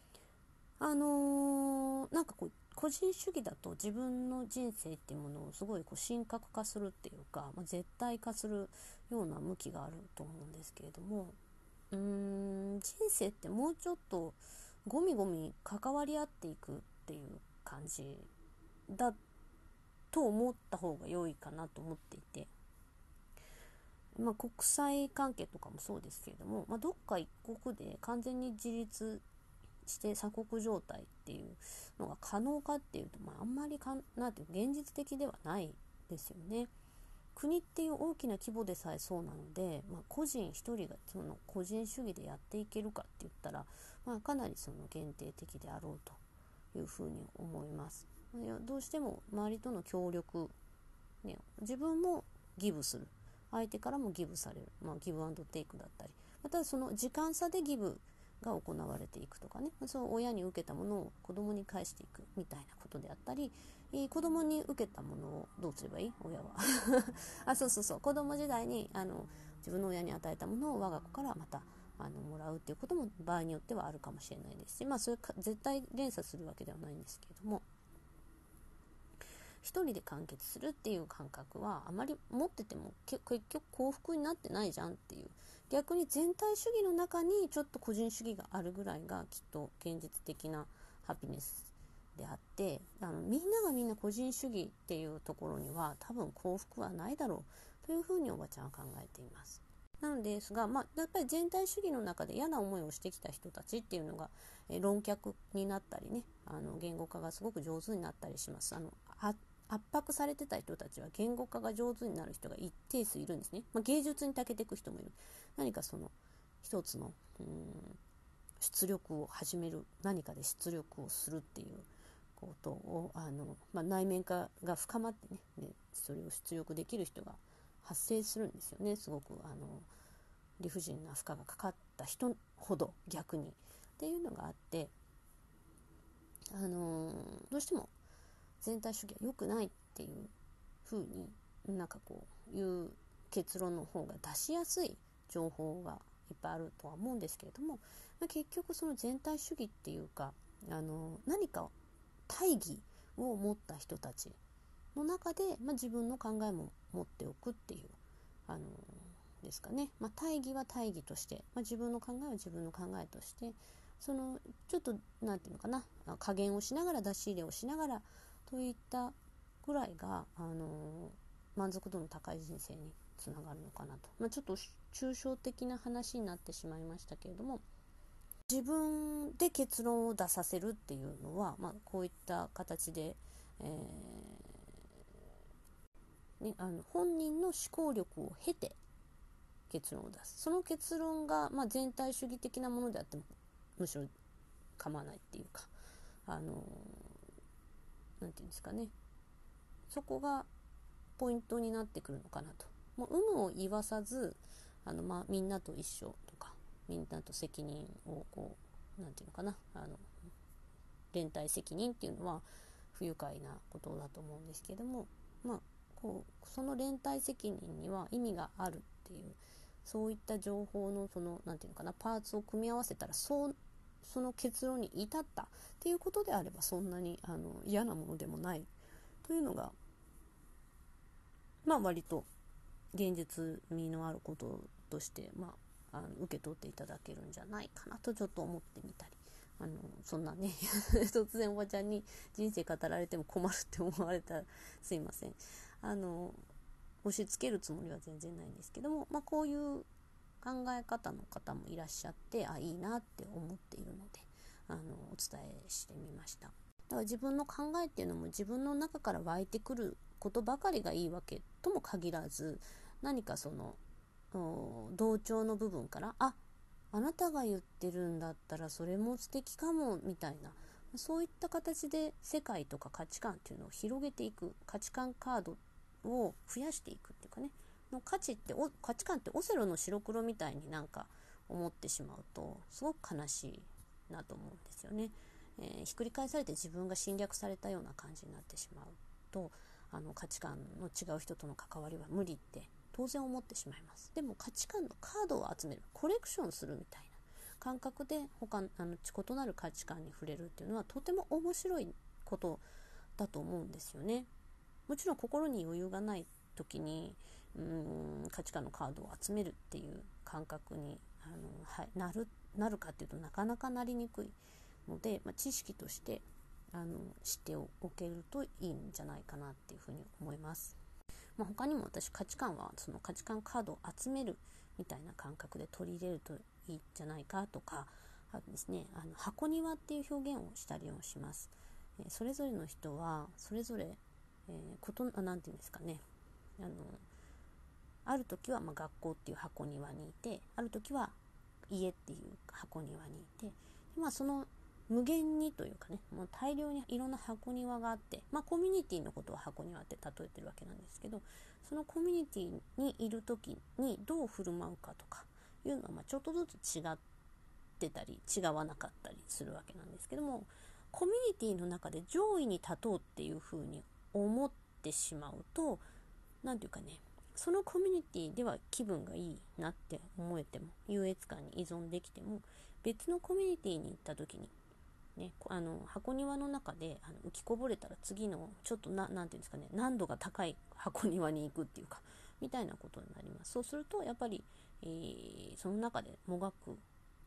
なんかこう個人主義だと自分の人生っていうものをすごいこう神格化するっていうか、絶対化するような向きがあると思うんですけれども、人生ってもうちょっとゴミゴミ関わり合っていくっていう感じだと思った方が良いかなと思っていて、国際関係とかもそうですけれども、どっか一国で完全に自立して鎖国状態っていうのが可能かっていうと、あんまりなんていう現実的ではないですよね。国っていう大きな規模でさえそうなので、個人一人がその個人主義でやっていけるかって言ったら、かなり限定的であろうというふうに思います。どうしても周りとの協力、ね、自分もギブする、相手からもギブされる、ギブアンドテイクだったり、またその時間差でギブが行われていくとかね、そう親に受けたものを子供に返していくみたいなことであったり、子供に受けたものをどうすればいい親はそう子供時代に自分の親に与えたものを我が子からまたもらうっていうことも場合によってはあるかもしれないですし、それ絶対連鎖するわけではないんですけれども、一人で完結するっていう感覚はあまり持ってても結局幸福になってないじゃんっていう、逆に全体主義の中にちょっと個人主義があるぐらいがきっと現実的なハピネスであって、みんながみんな個人主義っていうところには多分幸福はないだろうというふうにおばちゃんは考えています。なのですが、やっぱり全体主義の中で嫌な思いをしてきた人たちっていうのが、論客になったりね、言語化がすごく上手になったりします。圧迫されてた人たちは言語化が上手になる人が一定数いるんですね。芸術に長けていく人もいる。何か一つの出力を始める、何かで出力をするっていうことを内面化が深まってね、それを出力できる人が発生するんですよね。すごく理不尽な負荷がかかった人ほど逆にっていうのがあって、どうしても全体主義は良くないっていう風にいう結論の方が出しやすい情報がいっぱいあるとは思うんですけれども、結局その全体主義っていうか何か大義を持った人たちの中で、自分の考えも持っておくっていうですかね。大義は大義として、自分の考えは自分の考えとしてちょっとなんていうのかな、加減をしながら出し入れをしながらといったぐらいが満足度の高い人生につながるのかなと、ちょっと抽象的な話になってしまいましたけれども、自分で結論を出させるっていうのは、こういった形で、本人の思考力を経て結論を出す。その結論が、全体主義的なものであってもむしろ構わないっていうか、 なんていうんですかね、そこがポイントになってくるのかなと。もう有無を言わさず、みんなと一緒とか、みんなと責任をなんていうのかな、連帯責任っていうのは不愉快なことだと思うんですけども、その連帯責任には意味があるっていう、そういった情報のなんていうのかな、パーツを組み合わせたらその結論に至ったっていうことであれば、そんなに嫌なものでもないというのが、割と現実味のあることとして、受け取っていただけるんじゃないかなとちょっと思ってみたり、そんなね突然おばちゃんに人生語られても困るって思われたらすいません。押し付けるつもりは全然ないんですけども、こういう考え方の方もいらっしゃって、いいなって思っているので、お伝えしてみました。だから自分の考えっていうのも自分の中から湧いてくることばかりがいいわけとも限らず、何か同調の部分から、あなたが言ってるんだったらそれも素敵かもみたいな、そういった形で世界とか価値観っていうのを広げていく、価値観カードを増やしていくっていうかね、価値観ってオセロの白黒みたいになんか思ってしまうとすごく悲しいなと思うんですよね。ひっくり返されて自分が侵略されたような感じになってしまうと、価値観の違う人との関わりは無理って当然思ってしまいます。でも価値観のカードを集める、コレクションするみたいな感覚で異なる価値観に触れるっていうのはとても面白いことだと思うんですよね。もちろん心に余裕がない時に価値観のカードを集めるっていう感覚になるかっていうとなかなかなりにくいので、知識として知っておけるといいんじゃないかなっていうふうに思います。他にも私価値観はその価値観カードを集めるみたいな感覚で取り入れるといいんじゃないかとか、あとですね、箱庭っていう表現をしたりもします。それぞれの人はそれぞれ、なんていうんですかね、ある時は学校っていう箱庭にいて、ある時は家っていう箱庭にいて、その無限にというかね、もう大量にいろんな箱庭があって、コミュニティのことを箱庭って例えてるわけなんですけど、そのコミュニティにいる時にどう振る舞うかとかいうのはちょっとずつ違ってたり違わなかったりするわけなんですけども、コミュニティの中で上位に立とうっていうふうに思ってしまうと、なんていうかね、そのコミュニティでは気分がいいなって思えても、優越感に依存できても、別のコミュニティに行った時にね、箱庭の中で浮きこぼれたら次のちょっとなんていうんですかね、難度が高い箱庭に行くっていうかみたいなことになります。そうするとやっぱり、その中でもがく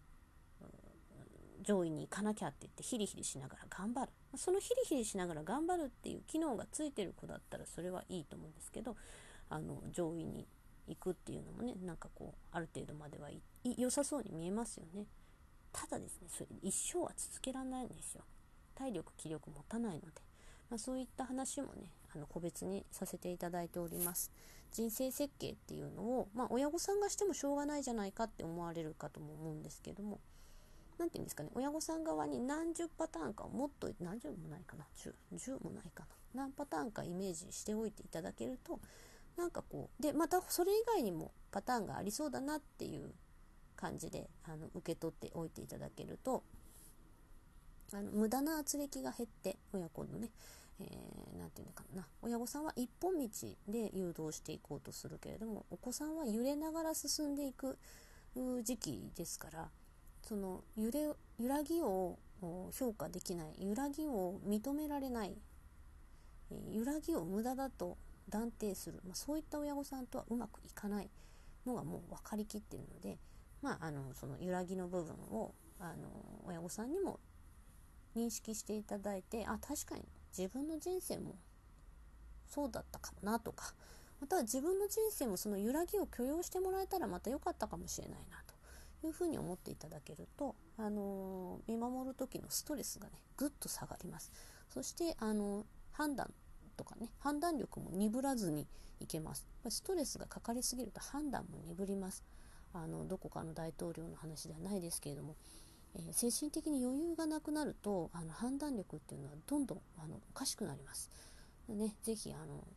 上位に行かなきゃって言ってヒリヒリしながら頑張る、そのヒリヒリしながら頑張るっていう機能がついてる子だったらそれはいいと思うんですけど、上位に行くっていうのもね、なんかある程度までは良さそうに見えますよね。ただですね、それ一生は続けられないんですよ。体力気力持たないので、そういった話もね、個別にさせていただいております。人生設計っていうのを、親御さんがしてもしょうがないじゃないかって思われるかとも思うんですけども、なんていうんですかね、親御さん側に何十パターンかをもっと何十もないかな、10もないかな、何パターンかイメージしておいていただけると、なんかでまたそれ以外にもパターンがありそうだなっていう感じで受け取っておいていただけると、無駄な圧力が減って、親子のね、なんていうのかな、親御さんは一本道で誘導していこうとするけれども、お子さんは揺れながら進んでいく時期ですから、その揺らぎを評価できない、揺らぎを認められない、揺らぎを無駄だと断定する、そういった親御さんとはうまくいかないのがもう分かりきっているので、その揺らぎの部分を親御さんにも認識していただいて、確かに自分の人生もそうだったかもなとか、または自分の人生もその揺らぎを許容してもらえたらまた良かったかもしれないなというふうに思っていただけると、見守る時のストレスがねぐっと下がります。そして判断とかね、判断力も鈍らずにいけます。ストレスがかかりすぎると判断も鈍ります。どこかの大統領の話ではないですけれども、 精神的に余裕がなくなると判断力っていうのはどんどんおかしくなります。ね、ぜひ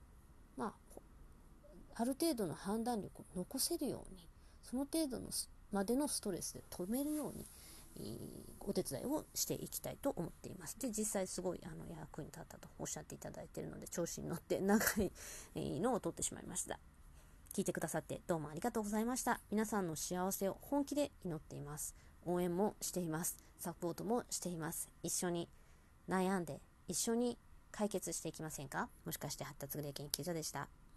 ある程度の判断力を残せるように、その程度のまでのストレスで止めるように、お手伝いをしていきたいと思っています。で、実際すごい役に立ったとおっしゃっていただいているので、調子に乗って長いのを取ってしまいました。聞いてくださってどうもありがとうございました。皆さんの幸せを本気で祈っています。応援もしています。サポートもしています。一緒に悩んで、一緒に解決していきませんか？もしかして発達グレー研究所でした。